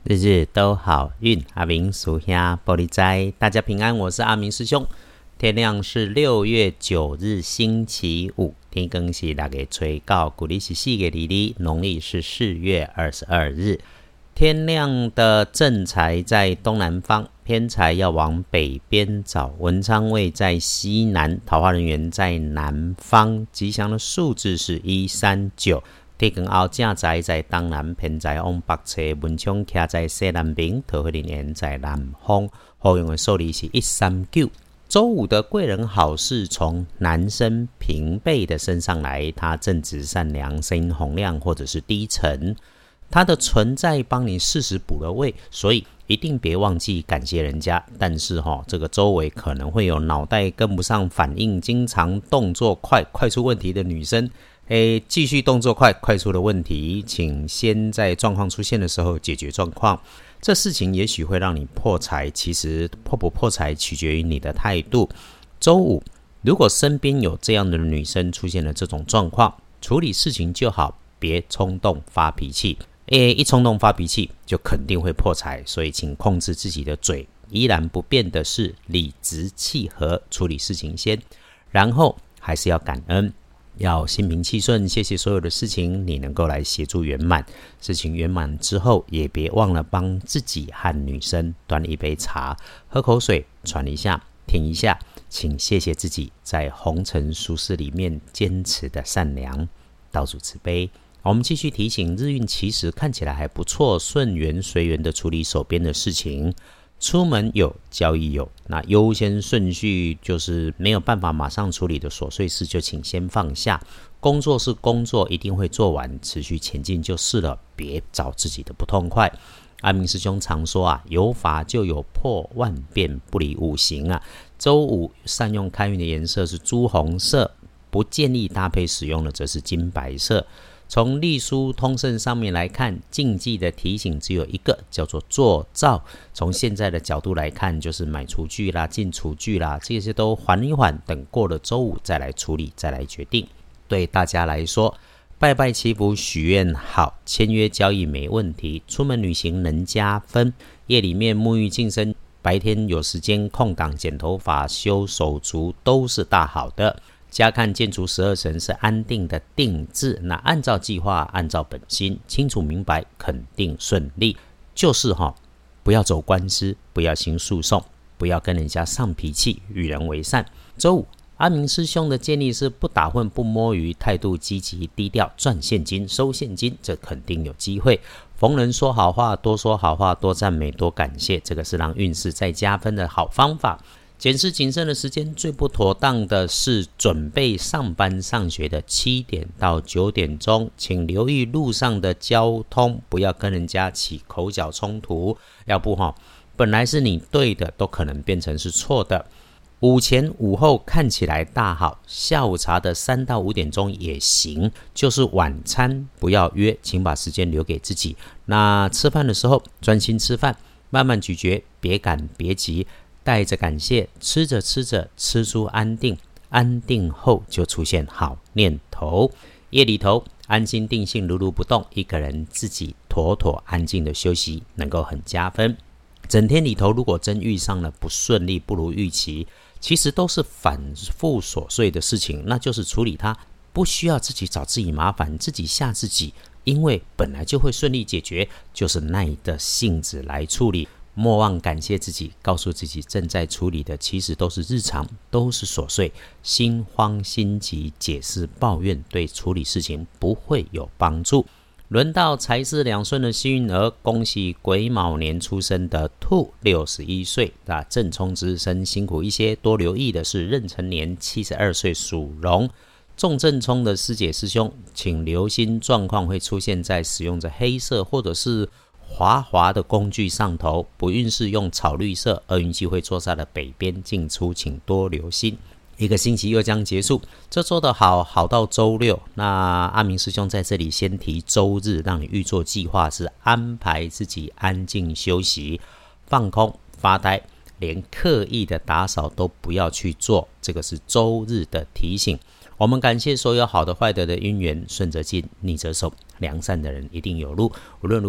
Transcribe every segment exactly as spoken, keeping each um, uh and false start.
日日都好运，阿明属下玻璃斋，大家平安，我是阿明师兄。天亮是六月九日星期五，天更是六月初九，古历是四月二日，农历是四月二十二日。天亮的正财在东南方，偏财要往北边找，文昌位在西南，桃花人缘在南方，吉祥的数字是一三九。天光后正财在东南，偏财往北侧，文昌徛在西南边，桃花人缘在南方，好用的数字是一三九。周五的贵人好事从男生平辈的身上来，他正直善良，声音洪亮或者是低沉，他的存在帮你适时补了位，所以一定别忘记感谢人家。但是、哦、这个周围可能会有脑袋跟不上反应，经常动作快快出问题的女生，诶，继续动作快快出的问题，请先在状况出现的时候解决状况。这事情也许会让你破财，其实破不破财取决于你的态度。周五如果身边有这样的女生出现了这种状况，处理事情就好，别冲动发脾气。诶，一冲动发脾气就肯定会破财，所以请控制自己的嘴。依然不变的是理直气和处理事情先，然后还是要感恩，要心平气顺，谢谢所有的事情你能够来协助圆满。事情圆满之后，也别忘了帮自己和女生端一杯茶，喝口水，喘一下，停一下，请谢谢自己在红尘俗世里面坚持的善良，道主慈悲。我们继续提醒，日运其实看起来还不错，顺缘随缘的处理手边的事情，出门有，交易有，那优先顺序就是没有办法马上处理的琐碎事就请先放下。工作是工作，一定会做完，持续前进就是了，别找自己的不痛快。阿明师兄常说啊，有法就有破，万变不离五行啊。周五善用开运的颜色是朱红色，不建议搭配使用的则是金白色。从历书通胜上面来看，禁忌的提醒只有一个，叫做做灶。从现在的角度来看，就是买厨具啦、进厨具啦，这些都缓一缓，等过了周五再来处理，再来决定。对大家来说，拜拜祈福许愿好，签约交易没问题，出门旅行能加分，夜里面沐浴净身，白天有时间空档剪头发、修手足都是大好的。加看建筑十二神是安定的定字，那按照计划，按照本心，清楚明白，肯定顺利。就是哈，不要走官司，不要行诉讼，不要跟人家上脾气，与人为善。周五阿明师兄的建议是不打混不摸鱼，态度积极低调，赚现金收现金，这肯定有机会。逢人说好话，多说好话，多赞美，多感谢，这个是让运势再加分的好方法。检视谨慎的时间，最不妥当的是准备上班上学的七点到九点钟，请留意路上的交通，不要跟人家起口角冲突，要不哈，本来是你对的，都可能变成是错的。午前午后看起来大好，下午茶的三到五点钟也行，就是晚餐不要约，请把时间留给自己。那吃饭的时候专心吃饭，慢慢咀嚼，别赶别急，带着感谢，吃着吃着吃出安定，安定后就出现好念头。夜里头安心定性，如如不动，一个人自己妥妥安静的休息，能够很加分。整天里头如果真遇上了不顺利，不如预期，其实都是反复琐碎的事情，那就是处理它，不需要自己找自己麻烦，自己吓自己，因为本来就会顺利解决，就是耐的性子来处理。莫忘感谢自己，告诉自己正在处理的其实都是日常，都是琐碎，心慌心急解释抱怨对处理事情不会有帮助。轮到财势两顺的幸运儿，恭喜癸卯年出生的兔，六十一岁，那正冲之身辛苦一些，多留意的是壬辰年七十二岁属龙。重正冲的师姐师兄，请留心状况会出现在使用着黑色或者是滑滑的工具上头，不运势用草绿色，厄运机会坐在了北边进出，请多留心。一个星期又将结束，这周的好好到周六。那阿明师兄在这里先提周日，让你预做计划，是安排自己安静休息，放空发呆，连刻意的打扫都不要去做，这个是周日的提醒。我们感谢所有好的坏的的因缘，顺则进，逆则守，良善的人一定有路。无论如何，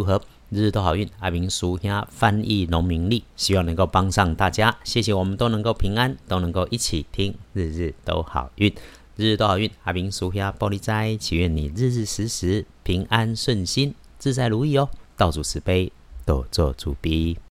日日都好运，阿明叔兄翻译农民历，希望能够帮上大家。谢谢，我们都能够平安，都能够一起听日日都好运，日日都好运。阿明叔兄玻璃斋，祈愿你日日时时平安顺心，自在如意哦。道主慈悲，多做主逼。